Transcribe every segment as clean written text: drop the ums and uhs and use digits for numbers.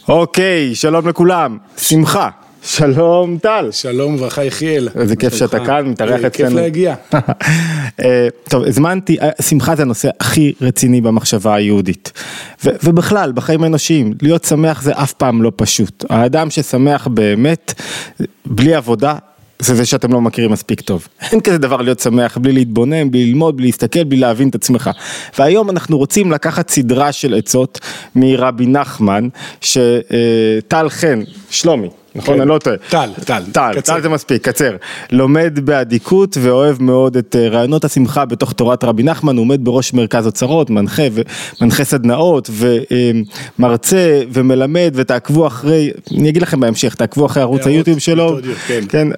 אוקיי, שלום לכולם, שמחה, שלום טל. שלום וברכה יחיאל. איזה כיף שאתה כאן, מתארח אצלנו. כיף להגיע. טוב, הזמנתי, שמחה זה הנושא הכי רציני במחשבה היהודית. ובכלל, בחיים האנושיים, להיות שמח זה אף פעם לא פשוט. האדם ששמח באמת, בלי עבודה, זה שאתם לא מכירים מספיק טוב. אין כזה דבר להיות שמח בלי להתבונן, בלי ללמוד, בלי להסתכל, בלי להבין את עצמך. והיום אנחנו רוצים לקחת סדרה של עצות מרבי נחמן, שטל חן, שלומי, נכון? אני לא טועה. טל זה מספיק, קצר. לומד באדיקות ואוהב מאוד את רעיונות השמחה בתוך תורת רבי נחמן, הוא עומד בראש מרכז אוצרות, מנחה סדנאות ומרצה ומלמד, ותעקבו אחרי, אני אגיד לכם בהמשך, תעקבו אחרי ערוץ היוטיוב שלו, כן,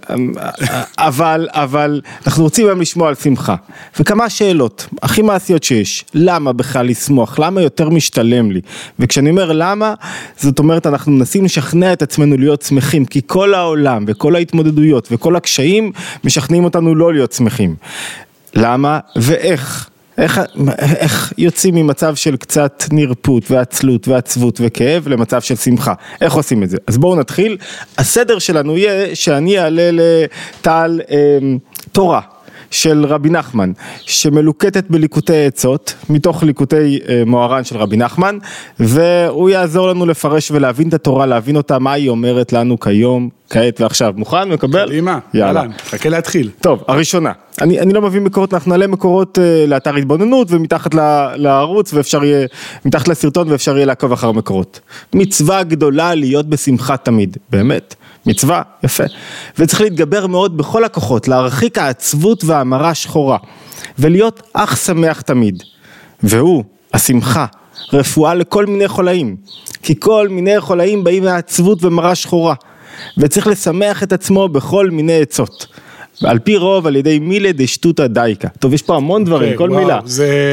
אבל אנחנו רוצים גם לשמוע על שמחה, וכמה שאלות, הכי מעשיות שיש, למה בכלל לשמוח, למה יותר משתלם לי, וכשאני אומר למה, זאת אומרת אנחנו מנסים לשכנע את עצמנו להיות שמחים, כי כל העולם וכל ההתמודדויות וכל הקשיים משכנעים אותנו לא להיות שמחים. למה ואיך? איך יוצאים ממצב של קצת נרפות ועצלות ועצבות וכאב למצב של שמחה? איך עושים את זה? אז בואו נתחיל. הסדר שלנו יהיה שאני אעלה לטל תורה של רבי נחמן, שמלוקטת בליקוטי עצות, מתוך ליקוטי מוהר"ן של רבי נחמן, והוא יעזור לנו לפרש ולהבין את התורה, להבין אותה, מה היא אומרת לנו כיום, כעת ועכשיו. מוכן? מקבל? קדימה, יאללה, חכה להתחיל. טוב, הראשונה, אני לא מביא מקורות, אנחנו נעלה מקורות לאתר התבוננות, ומתחת לערוץ, ואפשר יהיה, מתחת לסרטון, ואפשר יהיה לעקוב אחר מקורות. מצווה גדולה להיות בשמחה תמיד, באמת. מצווה, יפה. וצריך להתגבר מאוד בכל הכוחות, להרחיק העצבות והמרה שחורה, ולהיות אך שמח תמיד. והוא, השמחה, רפואה לכל מיני חולאים, כי כל מיני חולאים באים מהעצבות ומרה שחורה, וצריך לשמח את עצמו בכל מיני עצות. ועל פי רוב, על ידי מילה דשטותא דייקה. טוב, יש פה המון דברים, כל מילה. זה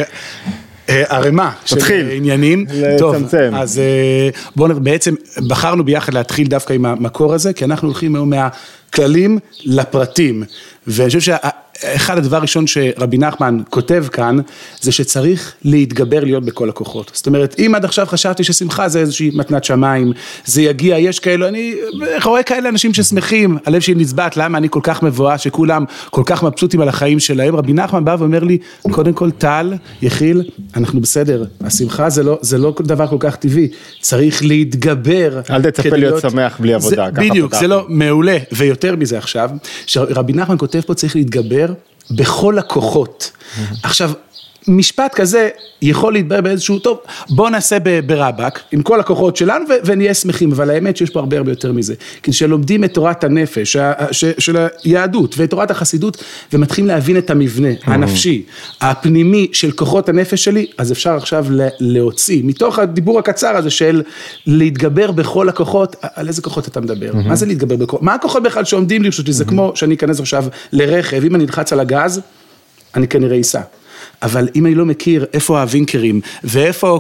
הרמה של עניינים. טוב, אז בואו בעצם בחרנו ביחד להתחיל דווקא עם המקור הזה, כי אנחנו הולכים היום מהכללים לפרטים, ואני חושב שאחד הדבר ראשון שרבי נחמן כותב כאן, זה שצריך להתגבר להיות בכל הכוחות. זאת אומרת, אם עד עכשיו חשבתי ששמחה זה איזושהי מתנת שמיים, זה יגיע, יש כאלו, אני רואה כאלה אנשים ששמחים, הלב שלי נצבט, למה אני כל כך מבואה, שכולם כל כך מבסוטים על החיים שלהם. רבי נחמן בא ואומר לי, קודם כל טל, יחיל, אנחנו בסדר, השמחה זה לא דבר כל כך טבעי, צריך להתגבר. אל תצפה להיות שמח בלי עבודה. בדיוק, זה לא מעולה, ויותר מזה עכשיו, שרבי נחמן כותב פה צריך להתגבר בכל הכוחות. עכשיו, משפט כזה יכול להתברר באיזשהו, טוב, בוא נעשה ברבק, עם כל הכוחות שלנו, ונהיה שמחים, אבל האמת שיש פה הרבה יותר מזה, כי כשלומדים את תורת הנפש, של היהדות, ואת תורת החסידות, ומתחילים להבין את המבנה, הנפשי, הפנימי של כוחות הנפש שלי, אז אפשר עכשיו להוציא, מתוך הדיבור הקצר הזה של להתגבר בכל הכוחות, על איזה כוחות אתה מדבר? מה זה להתגבר בכל? מה הכוחות בכלל שעומדים לרשותי? זה כמו שאני אכנס עכשיו לרכב, אם אני נלחץ על הגז, אני כנראה ייסע. אבל אם אני לא מכיר איפה הווינקרים, ואיפה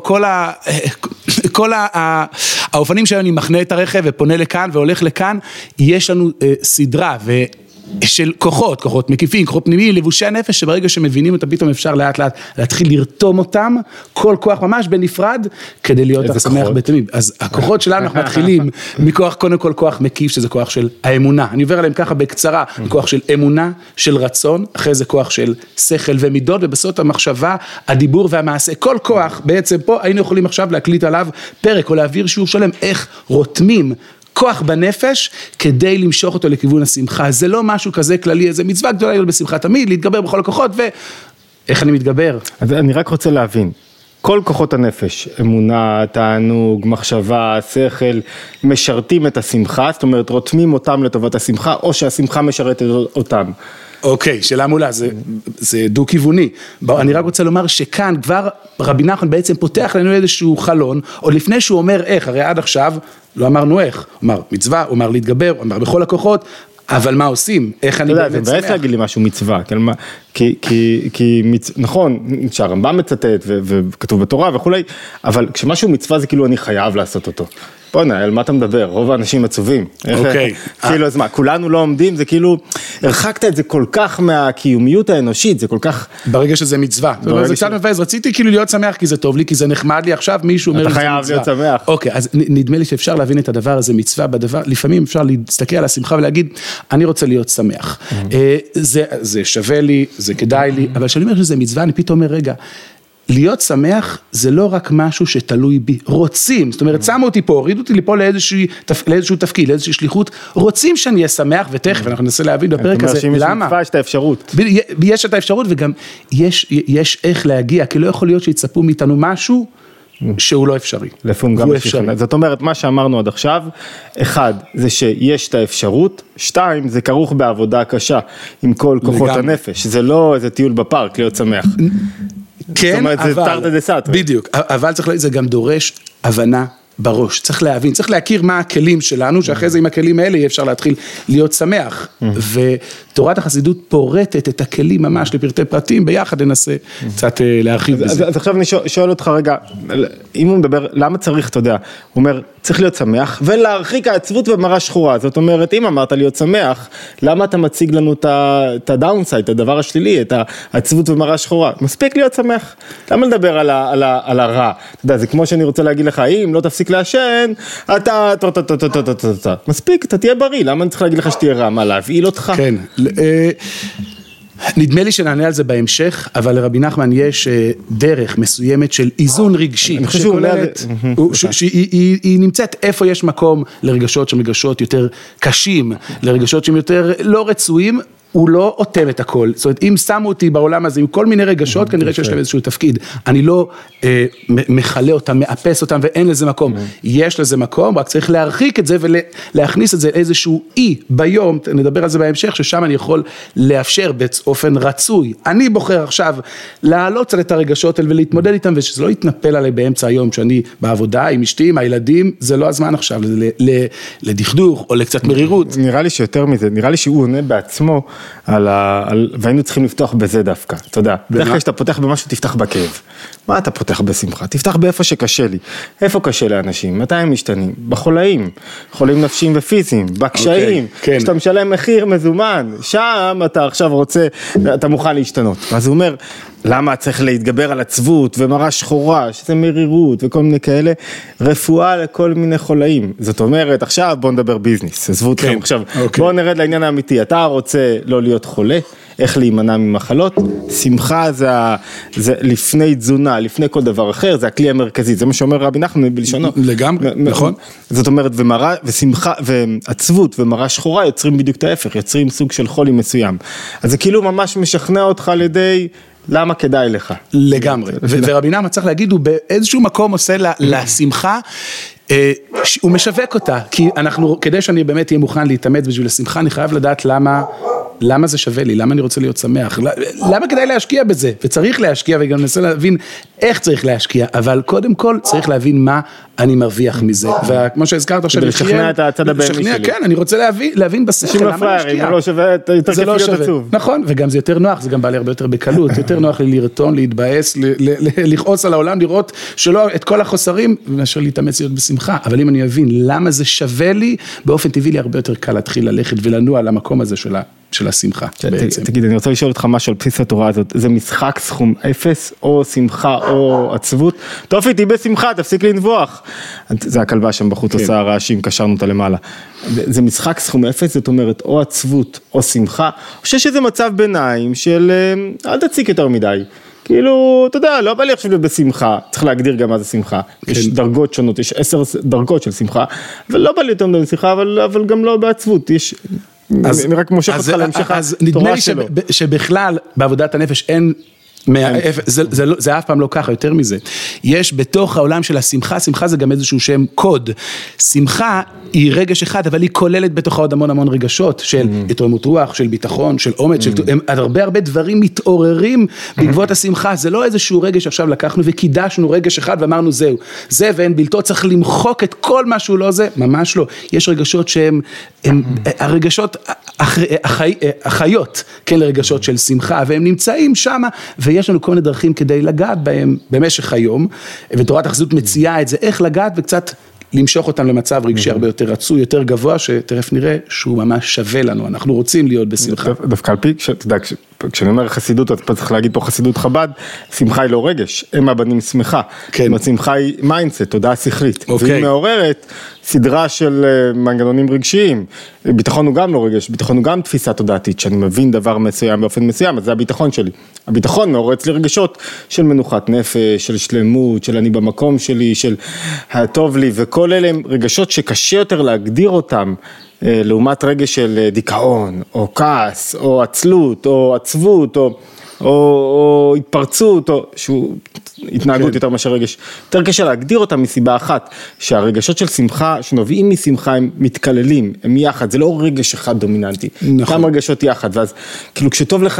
כל האופנים שאני מחנה את הרכב, ופונה לכאן והולך לכאן, יש לנו סדרה של כוחות מקיפים, כוחות פנימיים, לבושי הנפש, שברגע שמבינים אותם, פתאום אפשר לאט לאט להתחיל לרתום אותם, כל כוח ממש בנפרד, כדי להיות שמח בתמיד. אז הכוחות שלנו אנחנו מתחילים מכוח, קודם כל כוח מקיף, שזה כוח של האמונה. אני עובר עליהם ככה בקצרה, כוח של אמונה, של רצון, אחרי זה כוח של שכל ומידות, ובסוף המחשבה, הדיבור והמעשה. כל כוח, בעצם פה היינו יכולים עכשיו להקליט עליו פרק, או להעביר שיעור שלם, איך רותמים כוח בנפש, כדי למשוך אותו לכיוון השמחה. זה לא משהו כזה כללי, זה מצווה גדולה להיות בשמחה תמיד, להתגבר בכל הכוחות, ואיך אני מתגבר? אז אני רק רוצה להבין, כל כוחות הנפש, אמונה, תענוג, מחשבה, שכל, משרתים את השמחה, זאת אומרת, רותמים אותם לטובת השמחה, או שהשמחה משרתת אותם. אוקיי, שאלה מעולה, זה דו-כיווני. אני רק רוצה לומר שכאן כבר רבי נחמן בעצם פותח לנו איזשהו חלון, או לפני שהוא אומר איך, הרי עד עכשיו לא אמרנו איך, הוא אמר מצווה, הוא אמר להתגבר, הוא אמר בכל הכוחות, אבל מה עושים? איך אני באמת שמח? זה בעצם להגיד לי משהו מצווה, כי נכון, שהרמב"ם מצטט וכתוב בתורה וכולי, אבל כשמשהו מצווה זה כאילו אני חייב לעשות אותו. בוא'נה, על מה אתה מדבר? רוב האנשים עצובים. אוקיי. כאילו, אז מה, כולנו לא עומדים, זה כאילו, הרחקת את זה כל כך מהקיומיות האנושית, זה כל כך... ברגע שזה מצווה. זה קצת מבאס, רציתי כאילו להיות שמח כי זה טוב לי, כי זה נחמד לי עכשיו, מישהו אומר לי זה מצווה. אתה חייב להיות שמח. אוקיי, אז נדמה לי שאפשר להבין את הדבר הזה, מצווה בדבר, לפעמים אפשר להסתכל על השמחה ולהגיד, אני רוצה להיות שמח. זה שווה לי, זה כדאי לי, אבל כשאני אומר שזה מצווה, אני פתאום אומר, רגע, להיות שמח זה לא רק משהו שתלוי בי, רוצים, זאת אומרת, שמו אותי פה, הורידו אותי לפה לאיזשהו תפקיד, לאיזושהי שליחות, רוצים שאני אהיה שמח, ותכף אנחנו ננסה להבין בפרק הזה, למה? יש את האפשרות. יש את האפשרות וגם יש איך להגיע, כי לא יכול להיות שיצפו מאיתנו משהו, שהוא לא אפשרי. לפעמים גם אפשרי. זאת אומרת, מה שאמרנו עד עכשיו, אחד, זה שיש את האפשרות, שתיים, זה כרוך בעבודה קשה, עם כל כוחות הנפש, זה לא איזה טיול בפארק, להיות שמח. כן, אבל, בדיוק, אבל צריך להגיד, זה גם דורש הבנה בראש, צריך להבין, צריך להכיר מה הכלים שלנו, שאחרי זה עם הכלים האלה יהיה אפשר להתחיל להיות שמח, ותורת החסידות פורטת את הכלים ממש לפרטי פרטים, ביחד ננסה קצת להרחיב בזה. אז עכשיו אני שואל אותך רגע, אם הוא מדבר, למה צריך, אתה יודע, הוא אומר, צריך להיות שמח, ולהרחיק העצבות ומראה שחורה, זאת אומרת, אם אמרת להיות שמח, למה אתה מציג לנו את הדאונסייד, את הדבר השלילי, את העצבות ומראה שחורה? מספיק להיות שמח, למה לדבר על הרע? אתה יודע, זה כמו שאני רוצה להגיד לך, אם לא תפסיק להשן, אתה, מספיק, אתה תהיה בריא, למה אני צריך להגיד לך שתהיה רע? מה, להבעיל אותך? כן, נדמה לי שנענה על זה בהמשך, אבל לרבי נחמן יש דרך מסוימת של איזון רגשי, שהיא נמצאת איפה יש מקום לרגשות שהן רגשות יותר קשים, לרגשות שהן יותר לא רצויים, הוא לא אוטם את הכל, זאת אומרת, אם שמו אותי בעולם הזה עם כל מיני רגשות, כנראה שיש להם איזשהו תפקיד, אני לא מחלה אותם, מאפס אותם, ואין לזה מקום, יש לזה מקום, רק צריך להרחיק את זה, ולהכניס את זה איזשהו אי ביום, נדבר על זה בהמשך, ששם אני יכול לאפשר באופן רצוי, אני בוחר עכשיו להעלות את הרגשות האלה, ולהתמודד איתם, ושזה לא יתנפל עליי באמצע היום, שאני בעבודה, עם אשתי, עם הילדים, זה לא הזמן עכשיו, לדכדוך, או לקצת מרירות. נראה לי שיותר מזה, נראה לי שהוא עונה בעצמו, והיינו צריכים לפתוח בזה דווקא, אתה יודע, בדרך כלל שאתה פותח במשהו, תפתח בכאב. מה אתה פותח בשמחה? תפתח באיפה שקשה לי. איפה קשה לאנשים? מתי הם משתנים? בחולאים, חולים נפשיים ופיזיים, בקשיים, שאתה משלם מחיר מזומן, שם אתה עכשיו רוצה, אתה מוכן להשתנות. אז הוא אומר, למה צריך להתגבר על עצבות ומראה שחורה, שזה מרירות וכל מיני כאלה, רפואה לכל מיני חולאים. זאת אומרת, עכשיו בוא נדבר ביזנס, עזבו אתכם עכשיו, בוא נרד לעניין האמיתי, אתה רוצה לא להיות חולה, איך להימנע ממחלות, שמחה זה לפני תזונה, לפני כל דבר אחר, זה הכלי המרכזי, זה מה שאומר רבי נחמן בלשונו. לגמרי, נכון. זאת אומרת, ושמחה, ועצבות ומראה שחורה יוצרים בדיוק את ההפך, יוצרים סוג של חולי מסוים. אז זה כאילו ממש משכנע אותך על ידי למה כדאי לך? לגמרי, ורבי נחמן צריך להגיד, הוא באיזשהו מקום עושה לשמחה, הוא משווק אותה, כי כדי שאני באמת אהיה מוכן להתאמץ בשביל השמחה, אני חייב לדעת למה זה שווה לי, למה אני רוצה להיות שמח, למה כדאי להשקיע בזה, וצריך להשקיע, וגם ננסה להבין איך צריך להשקיע, אבל קודם כל צריך להבין מה אני מרוויח מזה, וכמו שהזכרת עכשיו, לשכנע את הצד הבאמי שלי. כן, אני רוצה להבין בשכל, למה להשקיע. אם לא שווה, יותר כיף להיות עצוב. נכון, וגם זה יותר נוח, זה גם בא לי הרבה יותר בקלות, יותר נוח לי לרטון, להתבאס, לכעוס על העולם, לראות שלא את כל החוסרים, מאשר להתאמץ להיות בשמחה, אבל אם אני אבין למה זה שווה לי, באופן טבעי לי הרבה יותר קל להתחיל ללכת ולנוע למקום הזה של השמחה בעצם. תגיד, אני רוצה לשאול אותך משהו על בסיס התורה הזאת, זה משחק סכום אפס, או שמחה, או עצבות? טוב, איתי בשמחה, תפסיק לנבוח. זה הכלבה שם בחוץ עושה רעשים, קשרנו אותה למעלה. זה משחק סכום אפס, זאת אומרת, או עצבות, או שמחה, או שיש איזה מצב ביניים של, אל תציק יותר מדי. כאילו, אתה יודע, לא בא לי עכשיו בשמחה, צריך להגדיר גם מה זה שמחה, יש דרגות שונות, יש 10 דרגות של שמחה, ולא בא לי יותר בשמחה, אבל גם לא בעצבות, יש, אני רק מושך אותך להמשך התורה שלו. נדמה לי שבכלל, בעבודת הנפש אין, זה אף פעם לא ככה, יותר מזה. יש בתוך העולם של השמחה, שמחה זה גם איזשהו שם קוד. שמחה היא רגש אחד, אבל היא כוללת בתוכה עוד המון רגשות, של התרוממות רוח, של ביטחון, של אומץ, הרבה דברים מתעוררים בעקבות השמחה. זה לא איזשהו רגש עכשיו לקחנו וקידשנו רגש אחד ואמרנו זהו. זה ואין בלתו, צריך למחוק את כל מה שהוא לא זה, ממש לא. יש רגשות שהם הרגשות החיות, כן, לרגשות של שמחה, והם נמצאים שם, ויש לנו כל מיני דרכים כדי לגעת בהם במשך היום, ותורת החסידות מציעה את זה, איך לגעת וקצת למשוך אותם למצב רגשי הרבה יותר רצוי, יותר גבוה, שתכף נראה שהוא ממש שווה לנו, אנחנו רוצים להיות בשמחה. דווקא על פי, כשאני אומר חסידות, אז צריך להגיד פה חסידות חב"ד, שמחה היא לא רגש, הם הבנים שמחה. כן. השמחה היא מיינדסט, תודעה שכלית. והיא מעוררת סדרה של מנגנונים רגשיים. ביטחון הוא גם לא רגש, ביטחון הוא גם תפיסה תודעתית, שאני מבין דבר מסוים באופן מסוים, אז זה הביטחון שלי. הביטחון מעורר אצלי רגשות של מנוחת נפש, של שלמות, של אני במקום שלי, של הטוב לי, וכל אלה הם רגשות שקשה יותר להגדיר אותם, לעומת רגש של דיכאון, או כעס, או עצלות, או עצבות, או התפרצות, או שהוא התנהגות יותר מאשר רגש. יותר קשה להגדיר אותם מסיבה אחת, שהרגשות של שמחה, שנובעים משמחה, הם מתקללים, הם יחד, זה לא רגש אחד דומיננטי. נכון. כמה רגשות יחד, ואז כאילו כשטוב לך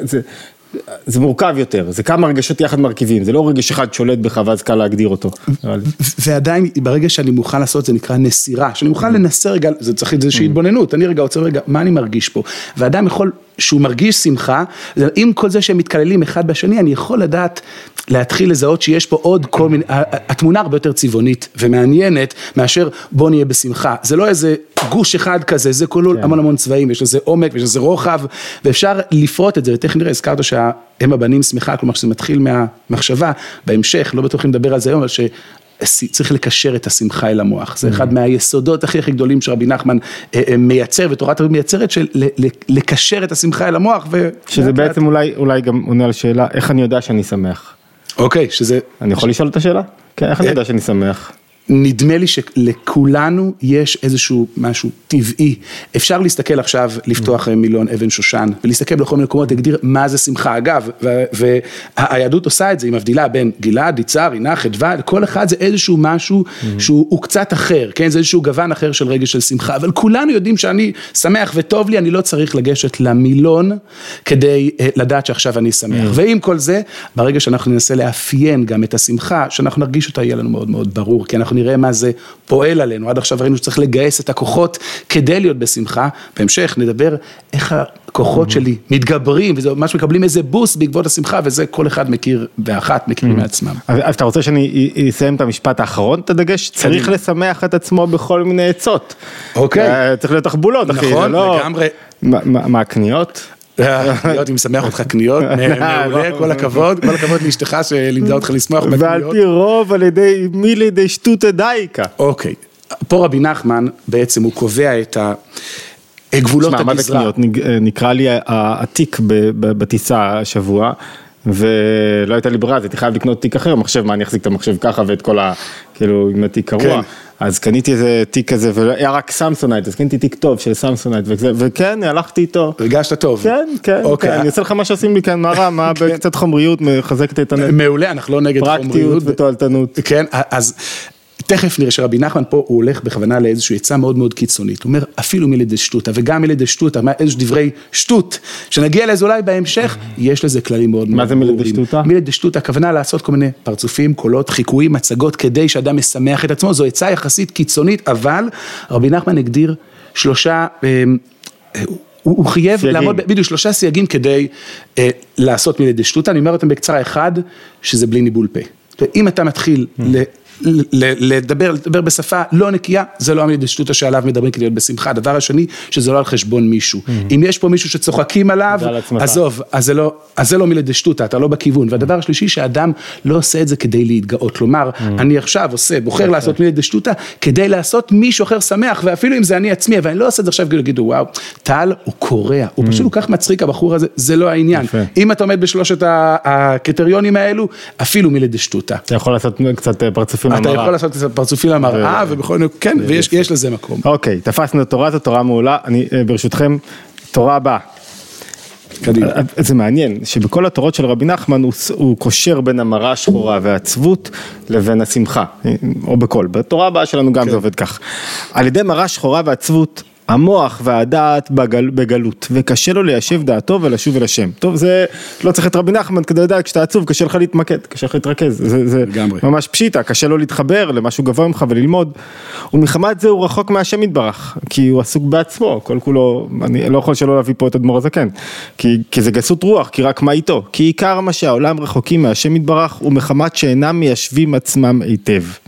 זה מורכב יותר, זה כמה רגשות יחד מרכיבים, זה לא רגש אחד שולט בך ואז קל להגדיר אותו. ועדיין ברגע שאני מוכן לעשות, זה נקרא נסירה, שאני מוכן לנסר רגע, זה צריך איזושהי התבוננות, אני רגע עוצר רגע, מה אני מרגיש פה? ואדם יכול, שהוא מרגיש שמחה, עם כל זה שהם מתקללים אחד בשני, אני יכול לדעת, להתחיל לזהות שיש פה עוד כל מיני, התמונה הרבה יותר צבעונית ומעניינת, מאשר בוא נהיה בשמחה, זה לא איזה גוש אחד כזה, זה כולל המון צבעים, יש לזה עומק, יש לזה רוחב, ואפשר לפרוט את זה, ותכף נראה, הזכרת שהם הבנים שמחה, כלומר שזה מתחיל מהמחשבה, בהמשך, לא בטוח אם נדבר על זה היום, אבל שצריך לקשר את השמחה אל המוח, זה אחד מהיסודות הכי גדולים שרבי נחמן מייצר, ותורת הרבי מייצרת, של לקשר את השמחה אל המוח, שזה בעצם אולי גם עונה על שאלה, איך אני יודע שאני שמח? אוקיי, שזה... אני יכול לשאול את השאלה? כן, איך אני יודע שאני שמח? נדמה לי שלכולנו יש איזשהו משהו טבעי. אפשר להסתכל עכשיו, לפתוח מילון אבן שושן, ולהסתכל בכל מיני מקומות, להגדיר מה זה שמחה. אגב, והיהדות עושה את זה, היא מבדילה בין גלעד, יצהר, הנה, חדווה, כל אחד זה איזשהו משהו שהוא קצת אחר, כן? זה איזשהו גוון אחר של רגש של שמחה, אבל כולנו יודעים שאני שמח וטוב לי, אני לא צריך לגשת למילון, כדי לדעת שעכשיו אני שמח. ועם כל זה, ברגע שאנחנו ננסה לאפיין גם את השמחה, שאנחנו נרגיש אותה, יהיה לנו מאוד מאוד ברור, כי אנחנו נראה מה זה פועל עלינו, עד עכשיו ראינו שצריך לגייס את הכוחות כדי להיות בשמחה, בהמשך נדבר איך הכוחות שלי מתגברים, וזה ממש מקבלים איזה בוסט בעקבות השמחה, וזה כל אחד מכיר ואחת מכירים מעצמם. אז אתה רוצה שאני אסיים את המשפט האחרון, את הדגש? צריך לשמח את עצמו בכל מיני עצות. אוקיי. צריך להיות תחבולות, אחי. נכון, לגמרי. מה, הקניות? קניות, אם משמח אותך קניות, מעולה, כל הכבוד לאשתך שלימדה אותך לשמוח בקניות. ועל פי רוב, מי לידי שטותא דייקה. אוקיי, פה רבי נחמן בעצם הוא קובע את גבולות הגזרה. מה זה קניות? נקרא לי התיק בטיסה השבוע, ולא הייתה לי ברירה, אז הייתי חייב לקנות תיק אחר, מחשב, מה אני אחזיק את המחשב ככה, ואת כל כאילו, עם התיק קרוע. אז קניתי איזה תיק כזה, והיה רק סמסונייט, אז קניתי תיק טוב של סמסונייט, וכן, הלכתי איתו. הרגשת טוב. כן, אני אעשה לך מה שעושים לי כאן, מה בקצת חומריות, מחזקת את הנט. מעולה, אנחנו לא נגד חומריות. פרקטיות ותועלתנות. כן, אז תכף נראה שרבי נחמן פה, הוא הולך בכוונה לאיזושהי עצה מאוד מאוד קיצונית, הוא אומר, אפילו מלידי שטותא, וגם מלידי שטותא, איזשהו דברי שטות, שנגיע לזה אולי בהמשך, יש לזה כללים מאוד מאוד. מה זה מלידי שטותא? מלידי שטותא, הכוונה לעשות כל מיני פרצופים, קולות, חיקויים, מצגות, כדי שאדם משמח את עצמו, זו עצה יחסית קיצונית, אבל רבי נחמן הגדיר שלושה, הוא חייב לעמוד בדיוק 3 סייגים כדי לעשות מלידי שטותא, אני אומר אותם בקצרה, אחד, שזה בלי ניבול פה. אם אתה מתחיל לדבר בשפה לא נקייה, זה לא המלידי שטותא שעליו מדברים כדי להיות בשמחה. הדבר השני, שזה לא על חשבון מישהו. אם יש פה מישהו שצוחקים עליו, עזוב, אז זה לא מלידי שטותא, אתה לא בכיוון. והדבר השלישי, שהאדם לא עושה את זה כדי להתגאות. כלומר, אני עכשיו בוחר לעשות מלידי שטותא, כדי לעשות מישהו אחר שמח, ואפילו אם זה אני עצמי, אבל אני לא עושה את זה עכשיו, להגידו, וואו, טל הוא קורע, הוא פשוט הוא כך מצחיק, הבחור הזה, זה לא העניין. אם אתה עומד בשלושת הקריטריונים האלו, אפילו מלידי שטותא. אתה יכול לעשות קצת פרצופים למראה. אתה יכול לעשות קצת פרצופים למראה, ובכל זאת, כן, ויש לזה מקום. אוקיי, תפסנו תורה, זו תורה מעולה, אני ברשותכם, תורה הבאה. זה מעניין, שבכל התורות של רבי נחמן, הוא קושר בין המראה השחורה והעצבות, לבין השמחה, או בכל. בתורה הבאה שלנו גם זה עובד כך. על ידי מראה שחורה והעצבות, המוח והדעת בגלות, וקשה לו ליישב דעתו ולשוב אל השם. טוב, זה לא צריך את רבי נחמן כדי לדעת, כשאתה עצוב, קשה לך להתמקד, קשה לך להתרכז, זה ממש פשיטה, קשה לו להתחבר למשהו גבוה ממך וללמוד, ומחמת זה הוא רחוק מהשם יתברך, כי הוא עסוק בעצמו, כל כולו, אני לא יכול שלא להביא פה את אדמו"ר הזקן, כי זה גסות רוח, כי רק מה איתו, כי עיקר מה שהעולם רחוקים מהשם יתברך, ומחמת שאינם מיישבים עצמם היטב.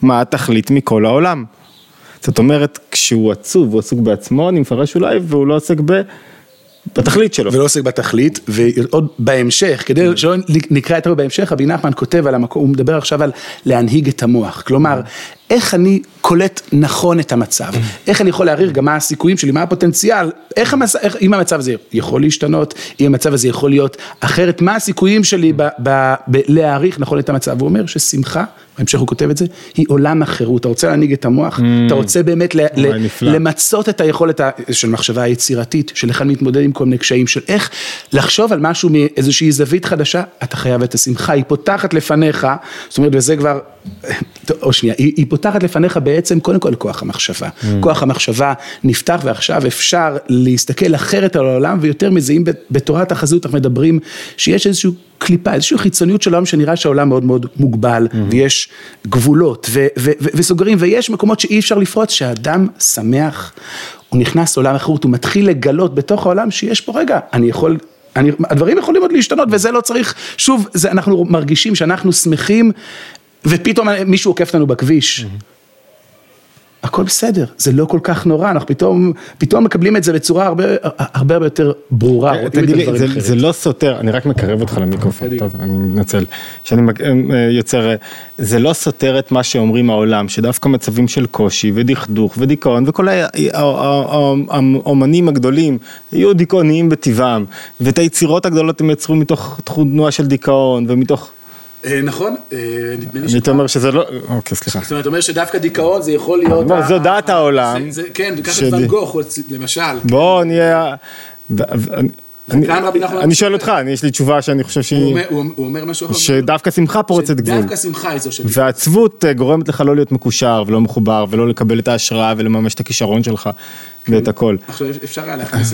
מה התכלית מכל העולם. זאת אומרת, כשהוא עצוב, הוא עסוק בעצמו, אני מפרש אולי, והוא לא עסק בתכלית שלו. ולא עוסק בתכלית, ועוד בהמשך, כדי שלא נקרא יותר בהמשך, רבי נחמן כותב על המקום, הוא מדבר עכשיו על להנהיג את המוח, כלומר, איך אני קולט נכון את המצב, איך אני יכול להעריך גם מה הסיכויים שלי, מה הפוטנציאל, אם המצב הזה יכול להשתנות, אם המצב הזה יכול להיות אחרת, מה הסיכויים שלי להעריך נכון את המצב, הוא אומר ששמחה, בהמשך הוא כותב את זה, היא עולם החירות, אתה רוצה להנהיג את המוח, אתה רוצה באמת למצות את היכולת של מחשבה היצירתית, של איך אני מתמודד עם כל מיני קשיים, של איך לחשוב על משהו מאיזושהי זווית חדשה, אתה חייב את השמחה, היא פותחת לפניך, זאת אומרת, וזה כבר, או שנייה, היא פותחת לפניך בעצם, קודם כל כוח המחשבה, כוח המחשבה נפתח ועכשיו אפשר להסתכל אחרת על העולם, ויותר מזה, אם בתורת החזות אנחנו מדברים, שיש איזשהו קליפה, איזושהי חיצוניות של העולם שנראה שהעולם מאוד מאוד מוגבל, ויש גבולות וסוגרים, ויש מקומות שאי אפשר לפרוץ, שהאדם שמח, הוא נכנס לעולם החירות, הוא מתחיל לגלות בתוך העולם שיש פה רגע, הדברים יכולים עוד להשתנות, וזה לא צריך, שוב, אנחנו מרגישים שאנחנו שמחים, ופתאום מישהו עוקף לנו בכביש, הכל בסדר, זה לא כל כך נורא, אנחנו פתאום מקבלים את זה בצורה הרבה יותר ברורה. תגיד לי, זה לא סותר, אני רק מקרב אותך למיקרופון, טוב, אני מתנצל, שאני יוצר, זה לא סותר את מה שאומרים העולם, שדווקא מצבים של קושי ודכדוך ודיכאון, וכל האומנים הגדולים, היו דיכאוניים בטבעם, ואת היצירות הגדולות הם יצרו מתוך תנועה של דיכאון, ומתוך... נכון, אני אומר שזה לא, אוקיי, סליחה. זאת אומרת, אומר שדווקא דיכאון זה יכול להיות... זו דעת העולם. כן, וכך את ואן גוך, למשל. בוא נהיה... אני שואל אותך, יש לי תשובה שאני חושב שהיא... הוא אומר משהו אחר. שדווקא שמחה פורצת גבול. שדווקא שמחה היא זו של... והעצבות גורמת לך לא להיות מקושר ולא מחובר, ולא לקבל את ההשראה ולממש את הכישרון שלך ואת הכל. עכשיו אפשר היה להכניס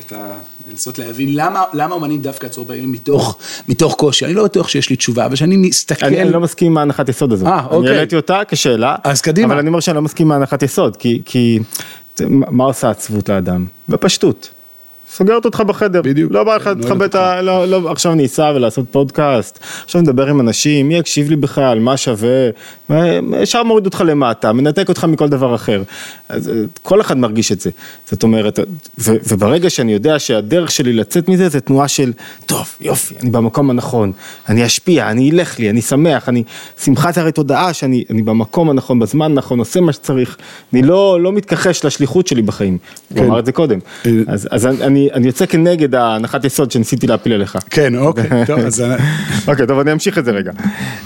לנסות להבין למה אומנים דווקא עצור באים מתוך קושי. אני לא בטוח שיש לי תשובה, אבל שאני מסתכל... אני לא מסכים עם ההנחת יסוד הזאת. אני העליתי אותה כשאלה, אבל אני אומר שאני לא מסכים עם ההנחת יסוד, כי מה עושה עצבות לאדם? בפשטות. סוגרת אותך בחדר, בדיוק. לא בא לך להתחבט, לא, עכשיו אני אסע ולעשות פודקאסט, עכשיו נדבר עם אנשים, מי יקשיב לי בכלל, מה שווה, ישר מוריד אותך למטה, מנתק אותך מכל דבר אחר, אז כל אחד מרגיש את זה, זאת אומרת, וברגע שאני יודע שהדרך שלי לצאת מזה, זה תנועה של, טוב, יופי, אני במקום הנכון, אני אשפיע, אני אלך לי, אני שמח, שמחת הרי תודעה שאני במקום הנכון, בזמן הנכון, עושה מה שצריך, אני לא מתכחש לשליחות שלי בחיים, הוא אמר את זה קודם, אז אני יוצא כנגד ההנחת יסוד שניסיתי להפיל עליך. כן, אוקיי, טוב, אז... אוקיי, טוב, אני אמשיך את זה רגע.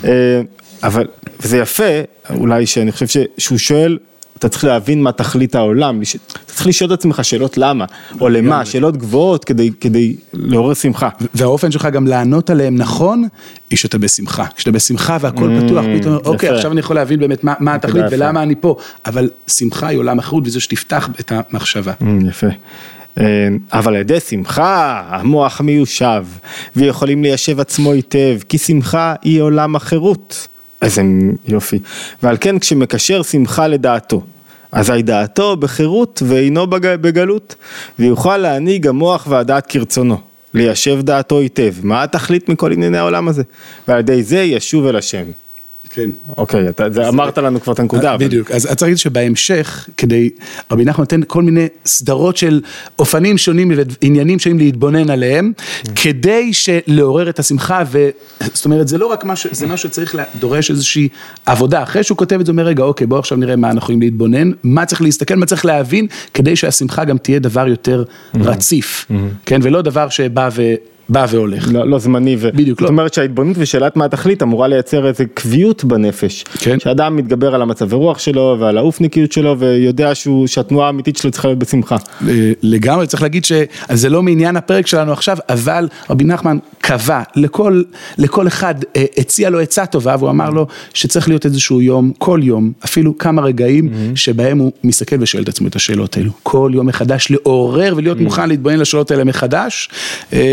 אבל, וזה יפה, אולי שאני חושב שהוא שואל, אתה צריך להבין מה תכלית העולם, אתה צריך לשאול את עצמך שאלות למה, או למה, שאלות גבוהות כדי לעורר שמחה. והאופן שלך גם לענות עליהם נכון, היא שאתה בשמחה. כשאתה בשמחה והכל פתוח, פתאום, אוקיי, עכשיו אני יכול להבין באמת מה התכלית ולמה אני פה, אבל שמחה היא עולם החירות, וזה שתפתח את המחשבה. יפה. אבל על ידי שמחה המוח מיושב ויכולים ליישב עצמו היטב, כי שמחה היא עולם החירות. איזה יופי. ועל כן כשמקשר שמחה לדעתו, אזי דעתו בחירות ואינו בגלות, ויוכל להנהיג המוח והדעת כרצונו, ליישב דעתו היטב. מה התכלית מכל ענייני העולם הזה? ועל ידי זה ישוב אל השם. כן. אוקיי, אמרת לנו כבר את הנקודה. בדיוק, אז צריך להגיד שבהמשך, רבי נחמן נותן כל מיני סדרות של אופנים שונים ועניינים שונים להתבונן עליהם, כדי לעורר את השמחה, זאת אומרת, זה לא רק משהו, זה משהו שצריך דורש איזושהי עבודה, אחרי שהוא כותב את זה, אומר רגע, אוקיי, בואו עכשיו נראה מה אנחנו יכולים להתבונן, מה צריך להסתכל, מה צריך להבין, כדי שהשמחה גם תהיה דבר יותר רציף, כן, ולא דבר שבא והולך. לא זמני, זאת אומרת שההתבוננות ושאלת מה התכלית אמורה לייצר איזו קביעות בנפש, שאדם מתגבר על המצב הרוח שלו ועל האופניקיות שלו ויודע שהתנועה האמיתית שלו צריכה להיות בשמחה. לגמרי, צריך להגיד שזה לא מעניין הפרק שלנו עכשיו, אבל רבי נחמן קבע, לכל אחד הציע לו עצה טובה, והוא אמר לו שצריך להיות איזשהו יום, כל יום, אפילו כמה רגעים שבהם הוא מסתכל ושואל את עצמו את השאלות האלו. כל יום מחדש לעורר ולהיות מוכן להתבונן לשאלות האלה מחדש.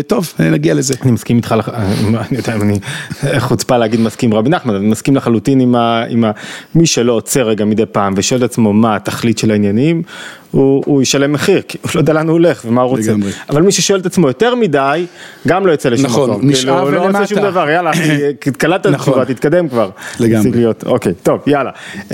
טוב, נגיע לזה. אני מסכים איתך, אני יודע, אני חוצפה להגיד מסכים רבי נחמן, אני מסכים לחלוטין עם מי שלא עוצר רגע מדי פעם, ושואל עצמו מה התכלית של העניינים, הוא ישלם מחיר, כי הוא לא יודע לאן הוא הולך ומה הוא רוצה. אבל מי ששואל את עצמו יותר מדי, גם לא יוצא לשום מקום. נכון, נשאר ולמטה. לא רוצה שום דבר, יאללה, קלטת את התשובה, תתקדם כבר. לגמרי. אוקיי, טוב, יאללה.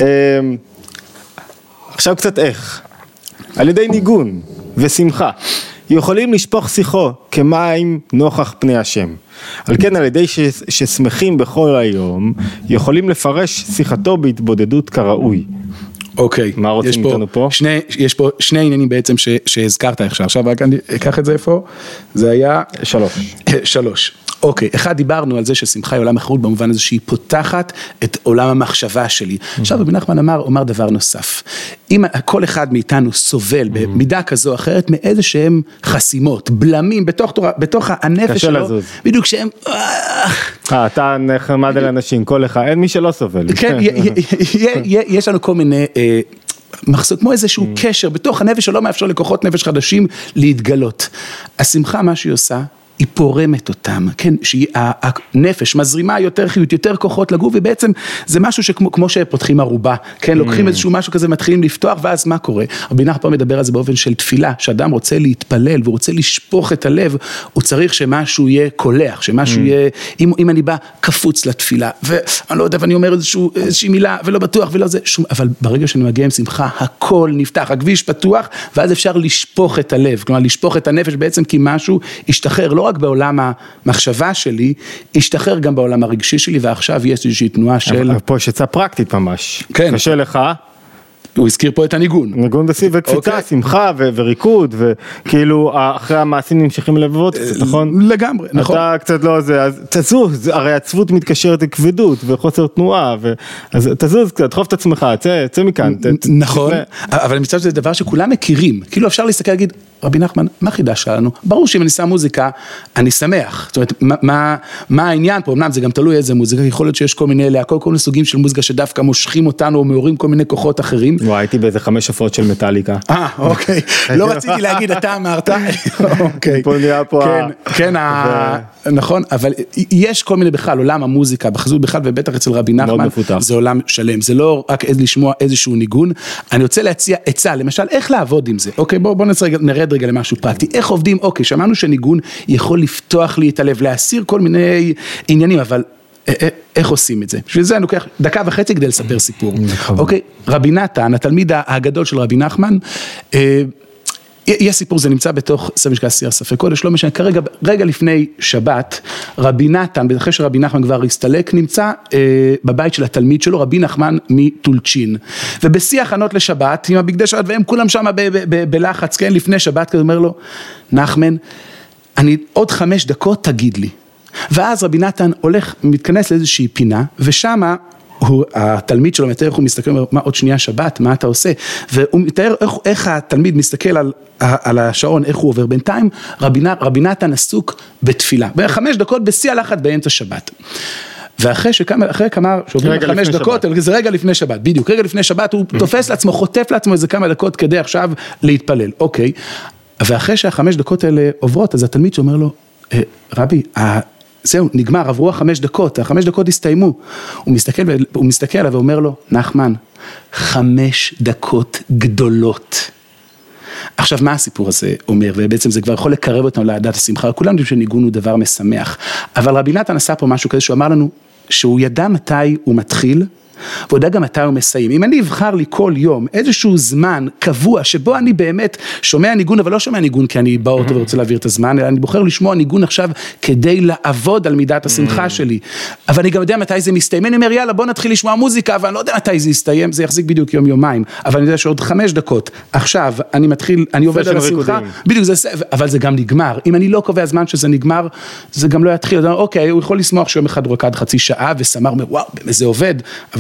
עכשיו קצת איך. על ידי ניגון ושמחה, יכולים לשפוך שיחו כמים נוכח פני השם. על כן על ידי ששמחים בכל היום, יכולים לפרש שיחתו בהתבודדות כראוי. אוקיי. מה רוצים איתנו פה? יש פה שני עניינים בעצם שהזכרת עכשיו רק אני אקח את זה איפה? זה היה... 3. אוקיי, אחד דיברנו על זה ששמחה היא עולם החירות במובן הזה שהיא פותחת את עולם המחשבה שלי. עכשיו רבי נחמן אומר דבר נוסף. אם כל אחד מאיתנו סובל במידה כזו או אחרת מאיזה שהם חסימות, בלמים בתוך הנפש שלו, בדיוק שהם... אתה נחמד על אנשים, כל אחד, אין מי שלא סובל. כן, יש לנו כל מיני... כמו איזשהו קשר בתוך הנפש שלא מאפשר לכוחות נפש חדשים להתגלות. השמחה מה שהיא עושה היא פורמת אותם, כן, שהנפש מזרימה יותר חיות, יותר כוחות לגוף, ובעצם זה משהו שכמו שפותחים ערובה, כן, לוקחים איזשהו משהו כזה, מתחילים לפתוח, ואז מה קורה? רבי נחמן מדבר על זה באופן של תפילה, שאדם רוצה להתפלל, והוא רוצה לשפוך את הלב, הוא צריך שמשהו יהיה קולח, שמשהו יהיה, אם אני בא קפוץ לתפילה, ואני לא יודע, ואני אומר איזושהי מילה, ולא בטוח, ולא זה, אבל ברגע שאני מגיע עם שמחה, הכל נפתח, הכביש פתוח, ואז אפשר לשפוך את הלב, כלומר, לשפוך את הנפש בעצם כי משהו ישתחרר, לא רק בעולם המחשבה שלי, ישתחרר גם בעולם הרגשי שלי, ועכשיו יש איזושהי תנועה של... פה יש עצה פרקטית ממש. כן. קשה לך. הוא הזכיר פה את הניגון. ניגון וקפיצה, שמחה וריקוד, וכאילו אחרי המעשים נמשכים לבבות, נכון? לגמרי, נכון. אתה קצת לא זה, אז תזוז, הרי עצבות מתקשרת לכבדות וחוסר תנועה, אז תזוז קצת, תחוף את עצמך, צא מכאן. נכון, אבל אני מצטער שזה דבר שכולם מכירים, כאילו אפשר להסתכל להגיד, רבי נחמן, מה חידש לנו? ברור שאם אני שם מוזיקה, אני שמח. זאת אומרת, מה העניין פה? אמנם זה גם תלוי איזה מוזיקה, יכול להיות שיש כל מיני סוגים של מוזיקה שדווקא מושכים אותנו או מעוררים כל מיני כוחות אחרים. הייתי באיזה 5 הופעות של מטאליקה. אוקיי. לא רציתי להגיד, אתה אמרת. אוקיי. פה נהיה פה... כן, נכון, אבל יש כל מיני בכלל, עולם המוזיקה, בחזות בכלל, ובטח אצל רבי נחמן, זה עולם שלם. זה לא רק לשמוע איזשהו ניגון. אני רוצה להציע עצה, למשל, איך לעבוד עם זה. אוקיי, בואו נרד רגע למשהו פרקטי. איך עובדים? אוקיי, שמענו שניגון יכול לפתוח לי את הלב, להסיר כל מיני עניינים, אבל איך עושים את זה? בשביל זה אני לוקח 1.5 דקות כדי לספר סיפור. אוקיי, רבי נתן, התלמיד הגדול של רבי נחמן, יש סיפור, זה נמצא בתוך ספר שנקרא סיר ספרי קודש, לא משנה, כרגע, רגע לפני שבת, רבי נתן, אחרי שרבי נחמן כבר הסתלק, נמצא בבית של התלמיד שלו, רבי נחמן מטולצ'ין, ובשיא הכנות לשבת, עם הבגדי שבת, והם כולם שם בלחץ, כן, לפני שבת, כזה אומר לו, נחמן, אני עוד 5 דקות תגיד לי, ואז רבי נתן הולך, מתכנס לאיזושהי פינה, ושמה, התלמיד שלו מתאר איך הוא מסתכל, מה עוד שנייה שבת, מה אתה עושה, והוא מתאר איך התלמיד מסתכל על השעון, איך הוא עובר בינתיים, רבי נתן עסוק בתפילה, ב5 דקות בשיא הלחץ באמצע שבת, ואחרי כמה, שעוברים 5 דקות, זה רגע לפני שבת, בדיוק, רגע לפני שבת, הוא תופס לעצמו, חוטף לעצמו איזה כמה דקות כדי עכשיו להתפלל, אוקיי, ואחרי שה5 דקות האלה עוברות, אז התלמיד שאומר לו, רבי, זהו, נגמר, עברו 5 דקות, 5 דקות הסתיימו, הוא מסתכל עליו ואומר לו, נחמן, 5 דקות גדולות. עכשיו, מה הסיפור הזה אומר, ובעצם זה כבר יכול לקרב אותנו לעדת השמחה, כולם יודעים שניגון הוא דבר משמח, אבל רבי נתן עשה פה משהו כזה, שהוא אמר לנו, שהוא ידע מתי הוא מתחיל, והוא יודע גם מתי הוא מסיים. אם אני אבחר לי כל יום איזשהו זמן קבוע, שבו אני באמת שומע ניגון, אבל לא שומע ניגון כי אני באוטו ורוצה להעביר את הזמן, אלא אני בוחר לשמוע ניגון עכשיו כדי לעבוד על מידת השמחה שלי. אבל אני גם יודע מתי זה מסתיים. אני אומר, יאללה, בוא נתחיל לשמוע מוזיקה, אבל אני לא יודע מתי זה יסתיים, זה יחזיק בדיוק יומיים. אבל אני יודע שעוד 5 דקות. עכשיו, אני מתחיל, אני עובד על השמחה, בדיוק זה, אבל זה גם נגמר. אם אני לא קובע זמן שזה נגמר, זה גם לא יתחיל. אוקיי, הוא יכול לשמוח שיום אחד הוא רקד חצי שעה וסמר, וואו, זה עובד, אבל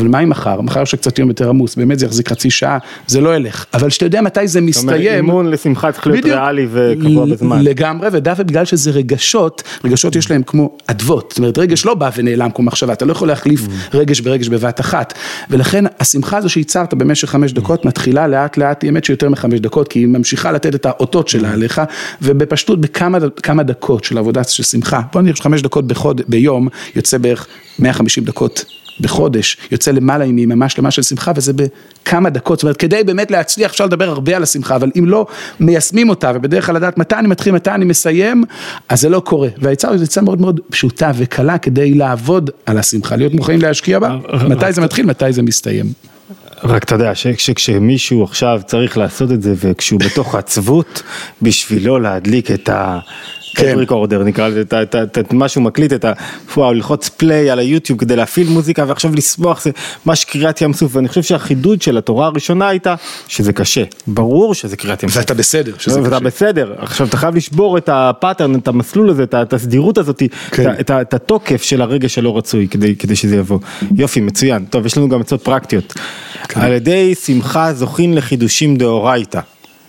מה עם מחר? מחר שקצת יום יותר עמוס, באמת זה יחזיק חצי שעה, זה לא ילך. אבל שאתה יודע מתי זה מסתיים. זאת אומרת, אימון לשמחה צריך להיות ריאלי וקבוע בזמן. לגמרי, ודווקא בגלל שזה רגשות יש להם כמו אדוות. זאת אומרת, רגש לא בא ונעלם כמו מחשבה, אתה לא יכול להחליף רגש ברגש בבת אחת. ולכן השמחה הזו שייצרת במשך 5 דקות, מתחילה לאט לאט, האמת שיותר מ5 דקות, כי היא ממשיכה לתת את האותות שלה עליך, ובפשטות בכמה דקות של עבודה של שמחה. בוא נראה 5 דקות ביום, יוצא בערך 150 דקות בחודש, יוצא למעלה ממש למה של שמחה, וזה בכמה דקות, זאת אומרת, כדי באמת להצליח, אפשר לדבר הרבה על השמחה, אבל אם לא מיישמים אותה, ובדרך כלל לדעת מתי אני מתחיל, מתי אני מסיים, אז זה לא קורה, והיצע זה יצא מאוד מאוד פשוטה וקלה, כדי לעבוד על השמחה, להיות מוכנים להשקיע בה, מתי זה מתחיל, מתי זה מסתיים. רק אתה יודע, שכשמישהו עכשיו צריך לעשות את זה, וכשהוא בתוך עצבות, בשבילו להדליק את ריקורדר, נקרא לזה, את מה שהוא מקליט, ללחוץ פליי על היוטיוב כדי להפעיל מוזיקה ועכשיו לשמוח, זה ממש קריאת ים סוף, ואני חושב שהחידוד של התורה הראשונה הייתה שזה קשה, ברור שזה קריאת ים סוף. ואתה בסדר, ואתה בסדר, עכשיו אתה חייב לשבור את הפאטרן, את המסלול הזה, את הסדירות הזאת, את התוקף של הרגע שלא רצוי, כדי שזה יבוא. יופי, מצוין. טוב, יש לנו גם עצות פרקטיות. על ידי שמחה זוכים לחידושים דאורייתא,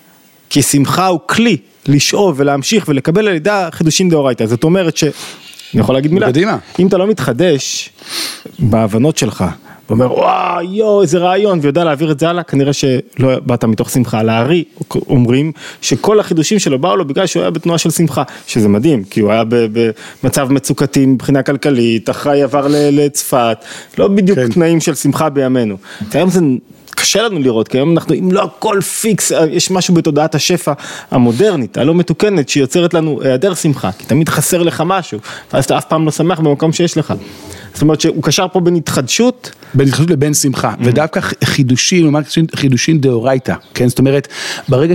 כי שמחה הוא כלי לשאוב ולהמשיך ולקבל על ידי חידושים דאורייתא. זאת אומרת אני יכול להגיד מילה, אם אתה לא מתחדש בהבנות שלך, ואומר וואו יו איזה רעיון, ויודע להעביר את זה הלאה, כנראה שלא באת מתוך שמחה. לארי אומרים שכל החידושים שלו באו לו בגלל שהוא היה בתנועה של שמחה, שזה מדהים, כי הוא היה במצב מצוקתי מבחינה כלכלית, אחרי עבר לצפת, לא בדיוק תנאים של שמחה בימינו. היום זה קשה לנו לראות, כי היום אנחנו, אם לא הכל פיקס, יש משהו בתודעת השפע המודרנית, הלא מתוקנת, שיוצרת לנו היעדר שמחה, כי תמיד חסר לך משהו, ואז אתה אף פעם לא שמח במקום שיש לך. זאת אומרת שהוא קשר פה בין התחדשות לבין שמחה, ודווקא חידושים דאורייתא, כן? זאת אומרת, ברגע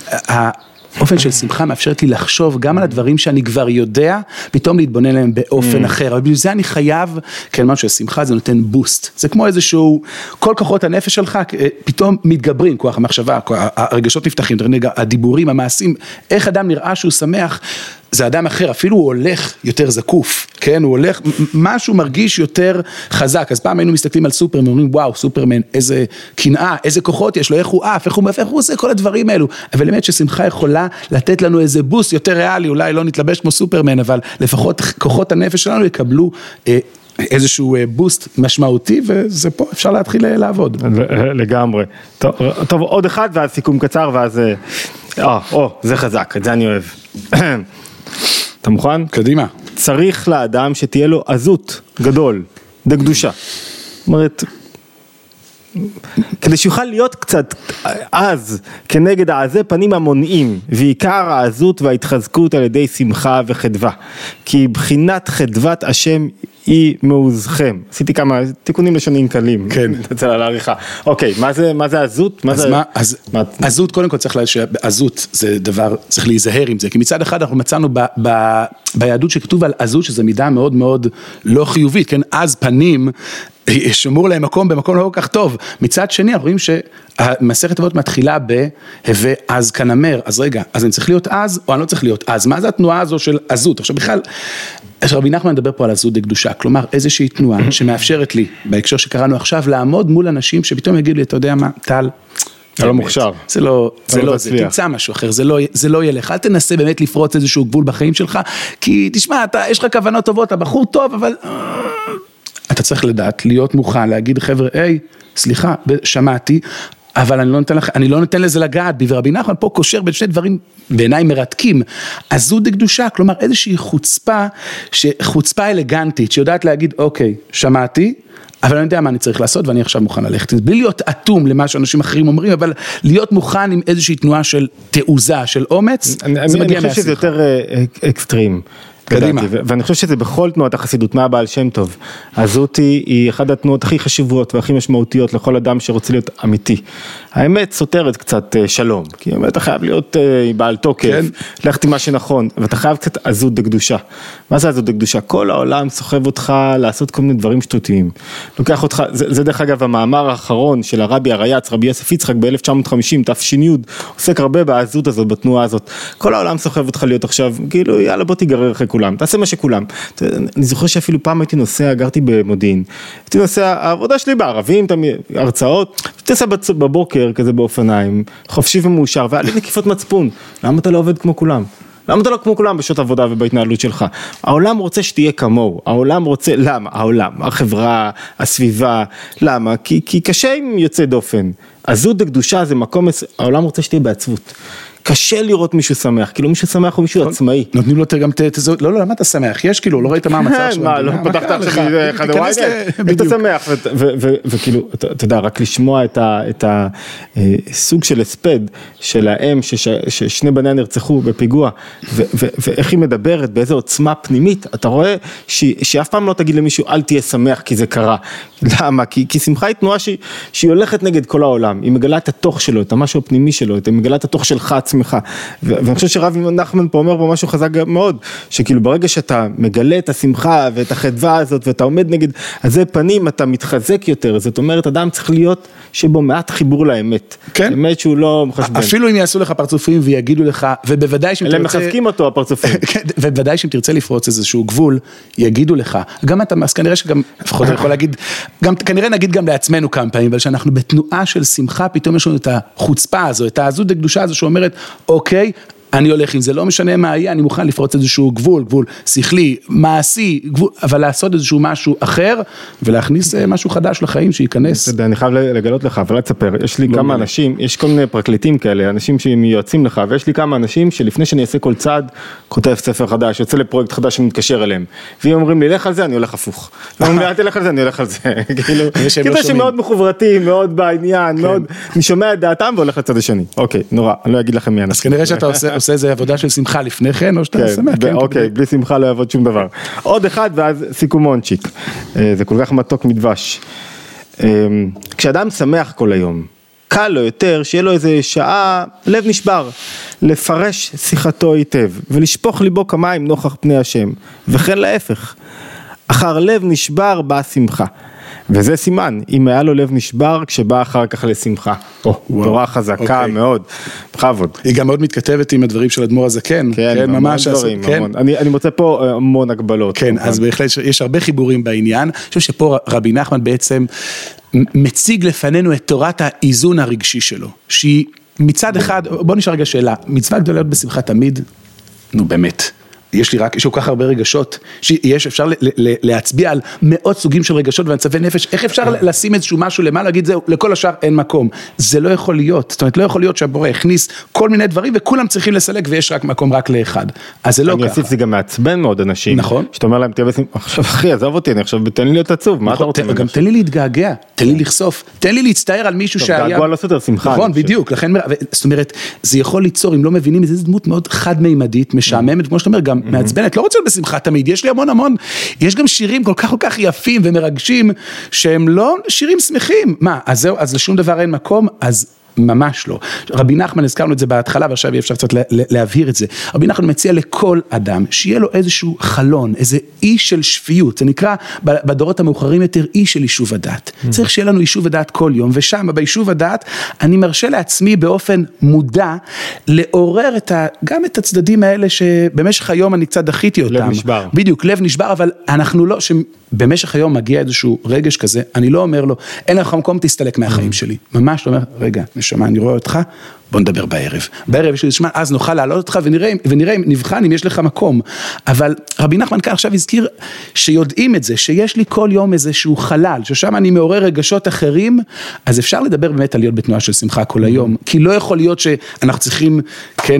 אופן של שמחה מאפשרת לי לחשוב גם על הדברים שאני כבר יודע, פתאום להתבונן להם באופן אחר, אבל בגלל זה אני חייב, כן, משהו ששמחה זה נותן בוסט, זה כמו איזשהו, כל כוחות הנפש שלך פתאום מתגברים, כוח המחשבה, הרגשות נפתחים, הדיבורים, המעשים, איך אדם נראה שהוא שמח, זה אדם אחר, אפילו הוא הולך יותר זקוף, כן, הוא הולך, משהו מרגיש יותר חזק, אז פעם היינו מסתכלים על סופרמן, אומרים וואו, סופרמן, איזה קנאה, איזה כוחות יש לו, איך הוא עף, איך הוא עושה כל הדברים האלו, אבל באמת ששמחה יכולה לתת לנו איזה בוסט יותר ריאלי, אולי לא נתלבש כמו סופרמן, אבל לפחות כוחות הנפש שלנו יקבלו איזשהו בוסט משמעותי, וזה פה, אפשר להתחיל לעבוד. לגמרי. טוב, עוד אחד, ואז סיכום קצר, ואז, זה חזק, את זה אני אוהב. אתה מוכן? קדימה. צריך לאדם שתהיה לו עזות גדול, דקדושה. זאת אומרת, כדי שיוכל להיות קצת אז כנגד העזי פנים המונעים, ועיקר העזות וההתחזקות על ידי שמחה וחדווה. כי בחינת חדוות השם היא מעוזכם. עשיתי כמה תיקונים לשוניים קלים. כן. תצא לה לעריכה. אוקיי, מה זה עזות? אז עזות, קודם כל צריך עזות, זה דבר, צריך להיזהר עם זה, כי מצד אחד אנחנו מצאנו ביהדות שכתוב על עזות, שזה מידה מאוד מאוד לא חיובית, כן, אז פנים, שמור להם מקום במקום לא כל כך טוב. מצד שני, אנחנו רואים שהמסכת אבות מתחילה בהווה אז כנמר, אז רגע, אז אני צריך להיות אז, או אני לא צריך להיות אז, מה זה התנועה הזו של עזות? עכשיו בכלל, רבי נחמן מדבר פה על עזות דקדושה, כלומר איזושהי תנועה שמאפשרת לי, בהקשר שקראנו עכשיו, לעמוד מול אנשים שפתאום יגידו לי, אתה יודע מה, טל, זה לא מוכשר. זה לא, תמצא משהו אחר, זה לא ילך, אל תנסה באמת לפרוץ איזשהו גבול בחיים שלך, כי תשמע, יש לך כוונות טובות, אתה בחור טוב, אבל אתה צריך לדעת, להיות מוכן, להגיד חבר'ה, סליחה, שמעתי, אבל אני לא נותן לזה לגעת בי, ורבי נחמן פה קושר בין שני דברים בעיניי מרתקים, עזות דקדושה, כלומר איזושהי חוצפה אלגנטית, שיודעת להגיד, אוקיי, שמעתי, אבל אני יודע מה אני צריך לעשות, ואני עכשיו מוכן ללכת, בלי להיות אטום למה שאנשים אחרים אומרים, אבל להיות מוכן עם איזושהי תנועה של תעוזה, של אומץ, זה מגיע מהשמחה. אני חושב שזה יותר אקסטרים. קדימה. ואני חושב שזה בכל תנועת החסידות, מה הבעל שם טוב. הזאתי היא אחת התנועות הכי חשובות והכי משמעותיות לכל אדם שרוצה להיות אמיתי. האמת סותרת קצת שלום, כי האמת אתה חייב להיות בעל תוקף, ללכת עם מה שנכון, ואתה חייב קצת עזות דקדושה. מה זה עזות דקדושה? כל העולם סוחב אותך לעשות כל מיני דברים שטותיים. לוקח אותך, זה דרך אגב המאמר האחרון של הרבי הרייץ, רבי יוסף יצחק ב-1950, תש"י, עוסק הרבה בעזות הזאת, בתנועה הזאת. כל העולם סוחב אותך להיות עכשיו, כאילו יאללה בוא תיגרר אחרי כולם. כולם, תעשה מה שכולם. אני זוכר שאפילו פעם הייתי נוסע, גרתי במודיעין, הייתי נוסע, העבודה שלי בערבים, הרצאות, הייתי נוסע בבוקר כזה באופניים, חופשי ומאושר, והיה לי נקיפות מצפון, למה אתה לא עובד כמו כולם? למה אתה לא כמו כולם בשעות עבודה ובהתנהלות שלך? העולם רוצה שתהיה כמוהו, העולם רוצה, למה? העולם, החברה, הסביבה, למה? כי קשה עם יוצא דופן, עזות דקדושה זה מקום, העולם רוצה שתהיה בעצבות. קשה לראות מישהו שמח, כאילו מישהו שמח הוא מישהו עצמאי. נותנים לו גם לא, למה אתה שמח? יש כאילו, לא ראית מה המצב שלו. מה, לא פתחת עכשיו אחד הווייד? אתה שמח, וכאילו, אתה יודע, רק לשמוע את הסוג של הספד של האם, ששני בניה נרצחו בפיגוע, ואיך היא מדברת, באיזו עוצמה פנימית, אתה רואה שאף פעם לא תגיד למישהו, אל תהיה שמח כי זה קרה. למה? כי שמחה היא תנועה שהיא הולכת נגד כל העולם, היא מגלה את התוך שלו, את המשהו הפנימי שלו, היא מגלה את התוך שלך עצמך, ואני חושב שרב נחמן פה אומר פה משהו חזק מאוד, שכאילו ברגע שאתה מגלה את השמחה ואת החדווה הזאת, ואתה עומד נגד הזה פנים, אתה מתחזק יותר, זאת אומרת, אדם צריך להיות שבו מעט חיבור לאמת, כן? אמת שהוא לא מחשבן. אפילו אם יעשו לך פרצופים ויגידו לך, ובוודאי שאם אלה מחזקים אותו הפרצופים. ובוודאי שאם תרצה לפרוץ איזשהו גבול, יגידו לך, גם אתה, אז כנראה שגם, לפחות אני יכול להגיד, גם, כנראה נגיד גם לעצמנו כמה פעמים, אבל שאנחנו בתנועה של שמחה, פתאום יש לנו את החוצפה הזו, את העזות דקדושה הזו שאומרת, אוקיי, אני הולך עם זה, לא משנה מה יהיה, אני מוכן לפרוץ איזשהו גבול שכלי, מעשי, גבול, אבל לעשות איזשהו משהו אחר, ולהכניס משהו חדש לחיים שייכנס. אתה יודע, אני חייב לגלות לך, אבל תספר, יש לי כמה אנשים, יש כל מיני פרקליטים כאלה, אנשים שמיועצים לך, ויש לי כמה אנשים שלפני שאני אעשה כל צעד, כותב ספר חדש, יוצא לפרויקט חדש שמתקשר אליהם, והם אומרים לי, לך על זה, אני הולך הפוך. והם אומרים, תלך על זה, אני הולך על זה. כאילו שמאוד מחוברתים, מאוד בעניין, מאוד, אני שומע את דעתם והולך לצד השני. אוקיי, נורא, אני לא אגיד לכם מי. אז כנראה שאתה עושה איזה עבודה של שמחה לפני כן, או שאתה שמח. אוקיי, בלי שמחה לא יעבוד שום דבר. עוד אחד, ואז סיכומונצ'יק. זה כל כך מתוק מדבש. כשאדם שמח כל היום, קל לו יותר שיהיה לו איזה שעה לב נשבר, לפרש שיחתו היטב, ולשפוך ליבו כמים נוכח פני השם, וכן להפך. אחר לב נשבר באה שמחה. וזה סימן, אם היה לו לב נשבר, כשבא אחר כך לשמחה. תורה חזקה מאוד, בכבוד. היא גם מאוד מתכתבת עם הדברים של אדמו"ר הזקן. כן, ממש דברים, אני מוצא פה המון הגבלות. כן, אז בהחלט יש הרבה חיבורים בעניין. אני חושב שפה רבי נחמן בעצם מציג לפנינו את תורת האיזון הרגשי שלו, שהיא מצד אחד, בוא נשאר רגע שאלה, מצווה גדולה להיות בשמחה תמיד, נו באמת. יש לי רק, יש כל כך הרבה רגשות, אפשר להצביע על מאות סוגים של רגשות ומצבי נפש, איך אפשר לשים איזשהו משהו למה, להגיד זהו, לכל השאר אין מקום, זה לא יכול להיות, זאת אומרת לא יכול להיות שהבורא הכניס כל מיני דברים וכולם צריכים לסלק ויש רק מקום רק לאחד, אז זה לא ככה. אני אוסיף, זה גם מעצבן מאוד אנשים, נכון. שאתה אומר להם, עכשיו אחי, עזוב אותי, אני עכשיו תן לי להיות עצוב, מה אתה רוצה? גם תן לי להתגעגע, תן לי לחשוף, תן לי להצטער על מישהו שהיה... געגוע לא סותר שמחה. נכון, בדיוק, לכן, זאת אומרת, זה יכול ליצור, אם לא מבינים, זה דמות מאוד חד-מימדית, משעממת, כמו שאתה אומר, גם מעצבנת, לא רוצה בשמחה תמיד, יש לי המון, יש גם שירים כל כך יפים ומרגשים, שהם לא שירים שמחים, מה, אז זהו, אז לשום דבר אין מקום, אז ממש לא. רבי נחמן, הזכרנו את זה בהתחלה, ועכשיו יהיה אפשר קצת להבהיר את זה. רבי נחמן מציע לכל אדם, שיהיה לו איזשהו חלון, איזה אי של שפיות, זה נקרא בדורות המאוחרים יותר, אי של יישוב הדעת. צריך שיהיה לנו יישוב הדעת כל יום, ושם ביישוב הדעת, אני מרשה לעצמי באופן מודע, לעורר גם את הצדדים האלה, שבמשך היום אני קצת דחיתי אותם. לב נשבר. בדיוק, לב נשבר, אבל אנחנו לא, שבמשך היום מגיע איזשהו רגש כזה, אני לא אומר לו, אין לך מקום, תסתלק מהחיים שלי. ממש לא אומר, רגע, נשמה, אני רואה אותך, בוא נדבר בערב. בערב יש לי זמן, אז נוכל לעלות אותך ונראה, נבחן אם יש לך מקום. אבל רבי נחמן כאן עכשיו הזכיר שיודעים את זה, שיש לי כל יום איזשהו חלל, ששם אני מעורר רגשות אחרים, אז אפשר לדבר באמת על להיות בתנועה של שמחה כל היום, כי לא יכול להיות שאנחנו צריכים, כן,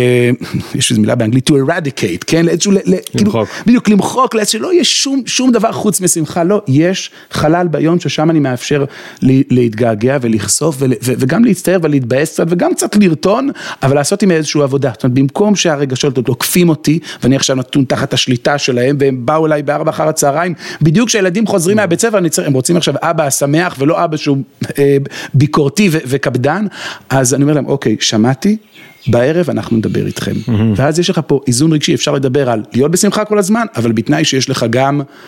יש איזו מילה באנגלית, to eradicate, כן, למחוק. בדיוק, למחוק, שלא יש שום דבר חוץ משמחה, לא, יש חלל ביום ששם אני מאפשר להתגעגע ולחשוף, וגם להצטער ולהתבאס קצת, וגם קצת לרטון, אבל לעשות עם איזושהי עבודה. זאת אומרת, במקום שהרגשות לוקפים אותי, ואני עכשיו נתון תחת השליטה שלהם, והם באו אליי ב4 אחר הצהריים, בדיוק כשהילדים חוזרים מהבית ספר, הם רוצים עכשיו אבא שמח, ולא אבא שהוא ביקורתי וקפדן, אז אני אומר להם, אוקיי, שמעתי, בערב אנחנו נדבר איתכם. ואז יש לך פה איזון רגשי, אפשר לדבר על להיות בשמחה כל הזמן, אבל בתנאי שיש לך גם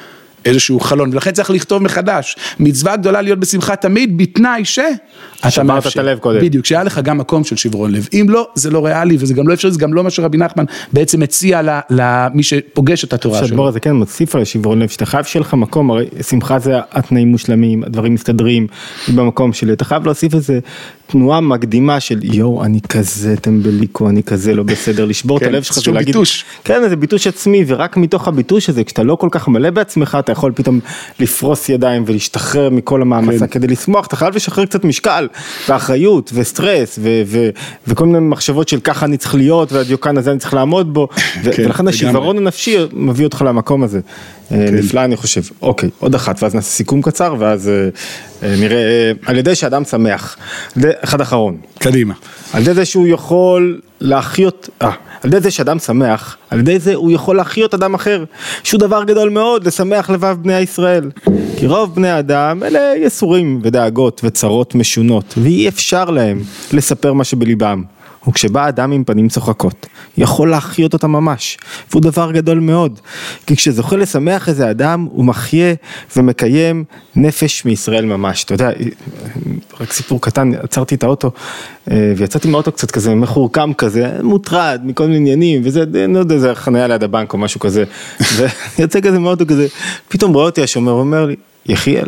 איזשהו חלון, ולכן צריך לכתוב מחדש, מצווה גדולה להיות בשמחה תמיד, בתנאי שברת את הלב קודם. בדיוק, שהיה לך גם מקום של שברון לב, אם לא, זה לא ריאלי, וזה גם לא אפשרי, זה גם לא מה שרבי נחמן בעצם הציע למי שפוגש את התורה שלו. שהדבר הזה כן מוסיף על שברון לב, שאתה חייב שיהיה לך מקום, הרי שמחה זה התנאים מושלמים, הדברים מסתדרים, במקום שלי, אתה חייב להוסיף איזה תנועה מקדימה של אני כזה טמבליקו, אני כזה לא בסדר, לשבור את הלב שלך, זה ביטוש. כן, זה ביטוש עצמי, ורק מתוך הביטוש הזה, כשאתה לא כל כך מלא בעצמך, אתה יכול פתאום לפרוס ידיים ולהשתחרר מכל המאמצה, כדי לשמוח, אתה חייב לשחרר קצת משקל, ואחריות, וסטרס, וכל מיני מחשבות של ככה אני צריך להיות, והדיוקן הזה אני צריך לעמוד בו, ולכן השיוורון הנפשי מביא אותך למקום הזה. נפלא אני חושב. אוקיי, עוד אחת, ואז נעשה סיכום קצר, ואז נראה, על ידי שאדם שמח, אחד אחרון. קדימה. על ידי זה שהוא יכול להחיות, על ידי זה שאדם שמח, על ידי זה הוא יכול להחיות אדם אחר, שהוא דבר גדול מאוד, לשמח לבב בני ישראל. כי רוב בני האדם, אלה יסורים ודאגות וצרות משונות, ואי אפשר להם לספר מה שבליבם. וכשבא אדם עם פנים צוחקות, יכול להחיות אותה ממש, והוא דבר גדול מאוד, כי כשזוכה לשמח איזה אדם, הוא מחיה ומקיים נפש מישראל ממש. אתה יודע, רק סיפור קטן, עצרתי את האוטו, ויצאתי מהאוטו קצת כזה, מחורקם כזה, מוטרד מכל מיני עניינים, וזה, לא יודע, זה חניה ליד הבנק או משהו כזה, ויצא כזה מהאוטו כזה, פתאום רואה אותי השומר, אומר לי, יחיאל,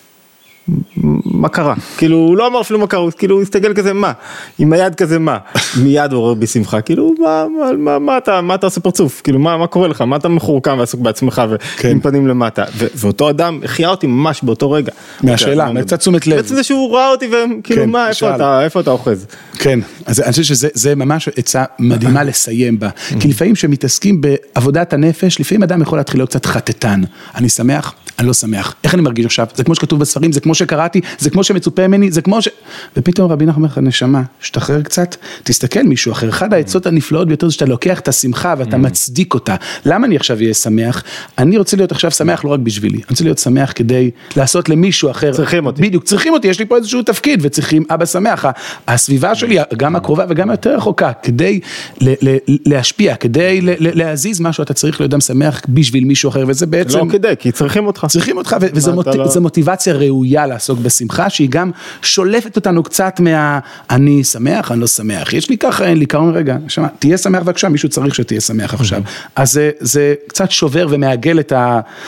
מה קרה? כאילו, הוא לא אמר אפילו מה קרה, כאילו, הוא הסתגל כזה, מה? עם היד כזה, מה? מיד הוא רואה בשמחה, כאילו, מה אתה עושה פרצוף? כאילו, מה קורה לך? מה אתה מחורקם ועסוק בעצמך ועם פנים למטה? ואותו אדם החיה אותי ממש באותו רגע. מהשאלה, קצת תשומת לב. בעצם זה שהוא ראה אותי וכאילו, מה, איפה אתה אוחז? כן, אז אני חושב שזה ממש עצה מדהימה לסיים בה, כי לפעמים שמתעסקים בעבודת הנפש, לפעמים אדם יכול להתחיל להיות קצת חטטן. אני שמח, אני לא שמח. איך אני מרגיש עכשיו? זה כמו שכתוב בספרים, זה כמו שקראתי, זה כמו שמצופה ממני, זה כמו ופתאום רבי נחמן אומר לך, נשמה, שתחרר קצת, תסתכל מישהו אחר. אחד העצות הנפלאות ביותר זה שאתה לוקח את השמחה ואתה מצדיק אותה. למה אני עכשיו אהיה שמח? אני רוצה להיות עכשיו שמח לא רק בשבילי, אני רוצה להיות שמח כדי לעשות למישהו אחר. צריכים אותי. בדיוק, צריכים אותי, יש לי פה איזשהו תפקיד וצריכים אבא שמח. הסביבה שלי, גם הקרובה וגם יותר רחוקה, כדי להשפיע, כדי להזיז משהו, אתה צריך להיות אדם שמח בשביל מישהו אחר, וזה בעצם... לא כדי, כי צריכים אותך. צריכים אותך, וזו מוטיבציה ראויה לעסוק בשמחה, שהיא גם שולפת אותנו קצת אני שמח, אני לא שמח. יש לי ככה, אין לי קרון רגע, תהיה שמח בבקשה, מישהו צריך שתהיה שמח עכשיו. אז זה קצת שובר ומעגל את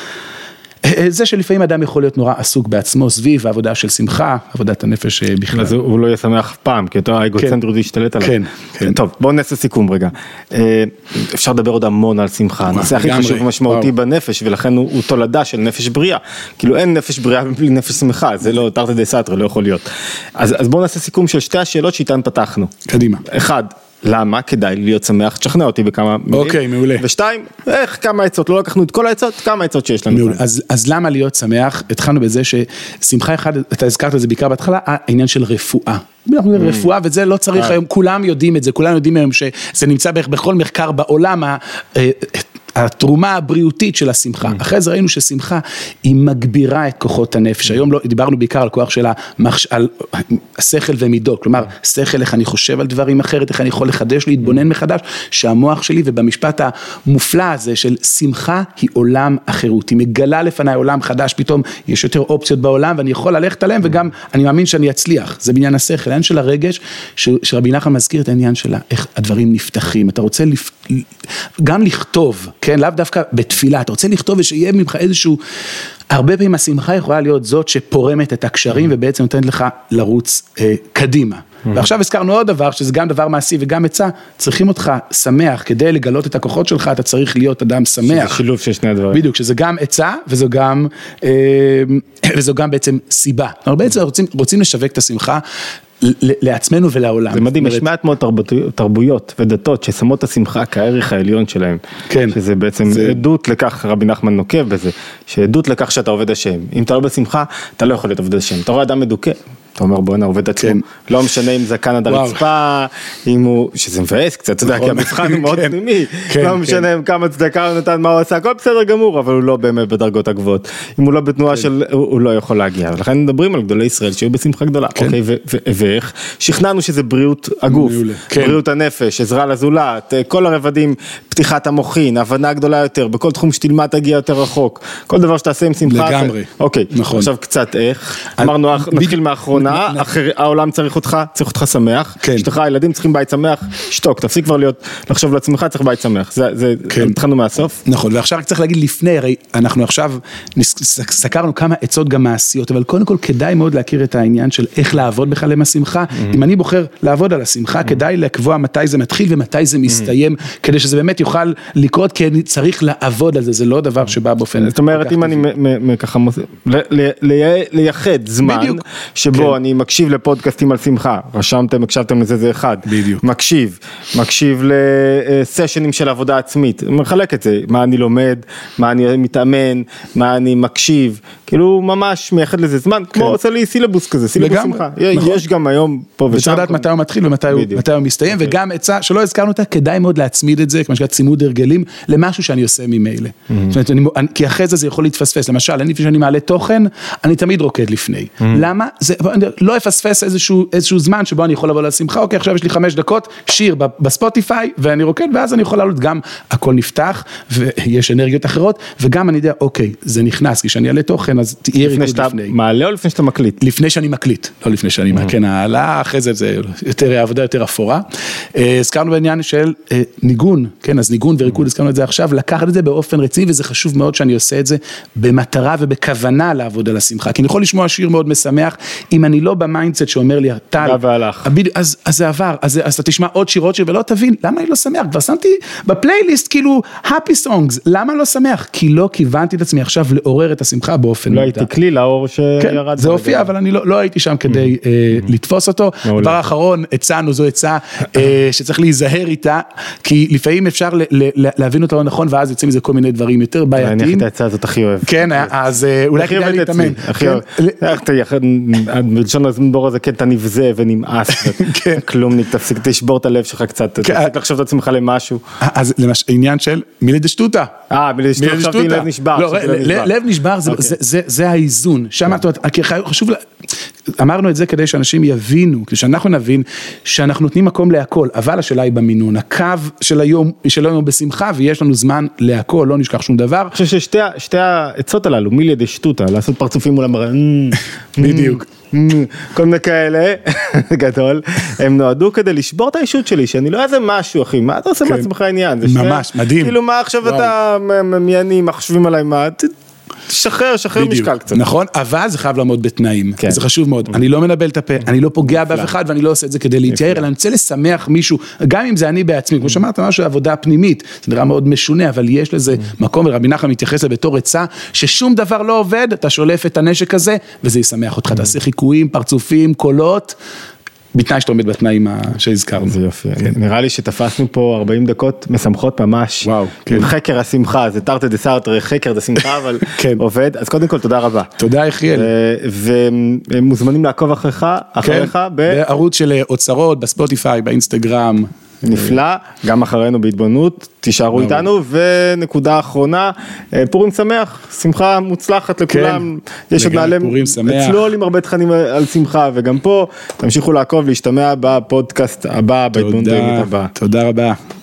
זה שלפעמים אדם יכול להיות נורא עסוק בעצמו, סביב העבודה של שמחה, עבודת הנפש בכלל. אז הוא לא יהיה שמח פעם, כי אותו האגוצנטריות ישתלט עליו. כן. טוב, בואו נעשה סיכום רגע. אפשר לדבר עוד המון על שמחה, הנושא הכי חשוב ומשמעותי בנפש, ולכן הוא תולדה של נפש בריאה. כאילו אין נפש בריאה בלי נפש שמחה, זה לא תרתי די סתרי, לא יכול להיות. אז בואו נעשה סיכום של שתי השאלות שאיתן פתחנו. קדימה. אחד, למה כדאי להיות שמח? תשכנע אותי בכמה מילים. אוקיי, מעולה. ושתיים, כמה עצות, לא לקחנו את כל העצות, כמה עצות שיש לנו. מעולה. אז למה להיות שמח? התחלנו בזה ששמחה אחד, אתה הזכרת את זה בעיקר בהתחלה, העניין של רפואה. רפואה, וזה לא צריך היום, כולם יודעים את זה, כולם יודעים היום שזה נמצא בכל מחקר בעולם, התרומה הבריאותית של השמחה. אחרי זה ראינו ששמחה היא מגבירה את כוחות הנפש. היום דיברנו בעיקר על כוח של השכל ומידות, כלומר, שכל איך אני חושב על דברים אחרת, איך אני יכול לחדש, להתבונן מחדש, שהמוח שלי ובמשפט המופלא הזה של שמחה היא עולם אחרות. היא מגלה לפניי עולם חדש, פתאום יש יותר אופציות בעולם ואני יכול ללכת עליהם וגם אני מאמין שאני אצליח. זה בעניין השכל, העניין של הרגש, שרבי נחמן מזכיר את העניין שלה, איך הדברים נפתחים. אתה רוצה גם לכתוב, כן, לאו דווקא בתפילה, אתה רוצה לכתוב ושיהיה ממך איזשהו, הרבה פעמים השמחה יכולה להיות זאת שפורמת את הקשרים ובעצם נותנת לך לרוץ קדימה. ועכשיו הזכרנו עוד דבר, שזה גם דבר מעשי וגם עצה, צריכים אותך שמח, כדי לגלות את הכוחות שלך, אתה צריך להיות אדם שמח. שזה שילוב של שני הדברים. בדיוק, שזה גם עצה, וזו גם בעצם סיבה. אנחנו בעצם רוצים לשווק את השמחה, לעצמנו ולעולם. זה מדהים, יש מעט מאוד תרבויות ודתות ששמות את השמחה כערך העליון שלהם. כן. שזה בעצם עדות לכך, רבי נחמן נוקב בזה, שעדות לכך שאתה עובד השם. אם אתה לא בשמחה, אתה לא יכול להיות עובד השם. אתה רואה אדם מדוכא, אתה אומר בוא נעובד עצמו, לא משנה אם זקן עד הרצפה, אם הוא, שזה מבאס קצת, אתה יודע, כי המבחן הוא מאוד פנימי, לא משנה כמה צדקה הוא נתן, מה הוא עשה, הכל בסדר גמור, אבל הוא לא באמת בדרגות הגבוהות, אם הוא לא בתנועה של, הוא לא יכול להגיע, ולכן מדברים על גדולי ישראל שהיו בשמחה גדולה, אוקיי, ואיך? שכנענו שזה בריאות הגוף, בריאות הנפש, עזרה לזולת, כל הרבדים, פתיחת המוחין, הבנה גדולה יותר, בכל תחום שתלמד תגיע יותר רחוק, כל דבר שתעשה עם שמחה. לגמרי. אוקיי, עכשיו קצת איך, אמרנו, נתחיל מאחרונה, העולם צריך אותך שמח, אשתך, הילדים צריכים בית שמח, שתוק, תפסיק כבר לחשוב לעצמך, צריך בית שמח, זה התחלנו מהסוף. נכון, ועכשיו צריך להגיד לפני, הרי אנחנו עכשיו סקרנו כמה עצות גם מעשיות, אבל קודם כל כדאי מאוד להכיר את העניין של איך לעבוד בכלל עם השמחה, אם אני בוחר לעבוד על השמחה, כדאי לקבוע מתי זה מתחיל ומתי זה מסתיים, כדי שזה באמת יוכל לקרות, כי אני צריך לעבוד על זה, זה לא דבר שבא באופן. זאת אומרת, אם אני ככה, לייחד זמן, שבו אני מקשיב לפודקאסטים על שמחה, רשמתם, הקשבתם לזה, זה אחד. בדיוק. מקשיב לסשנים של עבודה עצמית, מחלק את זה, מה אני לומד, מה אני מתאמן, מה אני מקשיב, כאילו ממש מייחד לזה זמן, כמו עושה לי סילבוס כזה, סילבוס שמחה. יש גם היום פה ושם. וצריך לדעת מתי הוא מתחיל ומתי הוא מסתיים, וגם עצה שלא הזכרנו אותה, כדאי מאוד להצמיד את זה, כמו שקראת צימוד הרגלים, למשהו שאני עושה ממילא. זאת אומרת, כי אחרי זה יכול להתפספס. למשל, אני לפני שאני מעלה תוכן, אני תמיד רוקד לפני. למה? זה לא אפספס איזשהו זמן שבו אני יכול לבוא לשמחה, אוקיי, עכשיו יש לי 5 דקות, שיר בספוטיפיי, ואני רוקד, ואז אני יכול לעלות גם, הכל נפתח, ויש אנרגיות אחרות, וגם אני יודע, אוקיי, זה נכנס, כי שאני אעלה תוכן, אז תהיה ריקוד לפני. לפני שאתה מעלה או לפני שאתה מקליט? לפני שאני מקליט, לא לפני שאני כן, העלה, אחרי זה יותר עבודה, יותר אפורה. הזכרנו בעניין של ניגון, כן, אז ניגון וריקוד, הזכרנו את זה עכשיו, לקחת את זה באופן רציני, וזה חשוב מאוד שאני עושה את זה במטרה ובכוונה לעבוד על השמחה, כי אני יכול לשמוע שיר מאוד משמח, אם אני לא במיינדסט שאומר לי, טל, אז זה עבר, אז אתה תשמע עוד שירות ולא תבין, למה אני לא שמח? כבר שמתי בפלייליסט כאילו happy songs, למה לא שמח? כי לא כיוונתי את עצמי עכשיו לעורר את השמחה באופן לא הייתי כלי לאור שירד. זה הופיע, אבל אני לא הייתי שם כדי לתפוס אותו. דבר האחרון, הצענו, זו הצעה שצריך להיזהר איתה, כי לפעמים אפשר להבין אותו לא נכון, ואז יוצאים מזה כל מיני דברים יותר בעייתיים. אני את ההצעה הזאת הכי אוהב. כן, אז אולי כדאי להתאמן. בלשון הזמבור הזה, כן, אתה נבזה ונמאס, כלום, תפסיק, תשבור את הלב שלך קצת, תפסיק לחשוב את עצמך למשהו. אז עניין של מילי דשטוטה. מילי דשטוטה, חשבתי לב נשבר. לב נשבר, זה האיזון. שם, חשוב, אמרנו את זה כדי שאנשים יבינו, כדי שאנחנו נבין שאנחנו נותנים מקום להכל, אבל השאלה היא במינון, הקו של היום הוא בשמחה, ויש לנו זמן להכל, לא נשכח שום דבר. אני חושב ששתי העצות הללו, מילי דשטוטה, לעשות פרצופים מול המראה, בדיוק. כל מיני כאלה, גדול, הם נועדו כדי לשבור את האישות שלי, שאני לא איזה משהו, אחי, מה אתה עושה מעצמך העניין? ממש, מדהים. כאילו מה עכשיו אתה מיינים, מה חושבים עליי, מה? שחרר משקל קצת. נכון, אבל זה חייב לעמוד בתנאים, זה חשוב מאוד. אני לא מנבל את הפה, אני לא פוגע באף אחד, ואני לא עושה את זה כדי להתייער, אלא אני רוצה לשמח מישהו, גם אם זה אני בעצמי, כמו שאמרת, משהו עבודה פנימית, זה נראה מאוד משונה, אבל יש לזה מקום, ורבי נחמן מתייחס לזה בתור עצה, ששום דבר לא עובד, אתה שולף את הנשק הזה, וזה ישמח אותך, תעשה חיקויים, פרצופים, קולות, בתנאי שאתה עומד בתנאים שהזכרנו. זה יופי. נראה לי שתפסנו פה 40 דקות משמחות ממש. וואו. חקר השמחה, זה תרתי דסתרי, חקר השמחה, אבל עובד. אז קודם כל, תודה רבה. תודה, יחיאל. ומוזמנים לעקוב אחריך בערוץ של אוצרות, בספוטיפיי, באינסטגרם. נפלא, גם אחרינו בהתבוננות, תישארו איתנו, ונקודה אחרונה, פורים שמח, שמחה מוצלחת לכולם, יש עוד נעלם, אצלו עולים הרבה תכנים על שמחה, וגם פה, תמשיכו לעקוב, להשתמע בפודקאסט הבא, בהתבוננות הבאה. תודה רבה.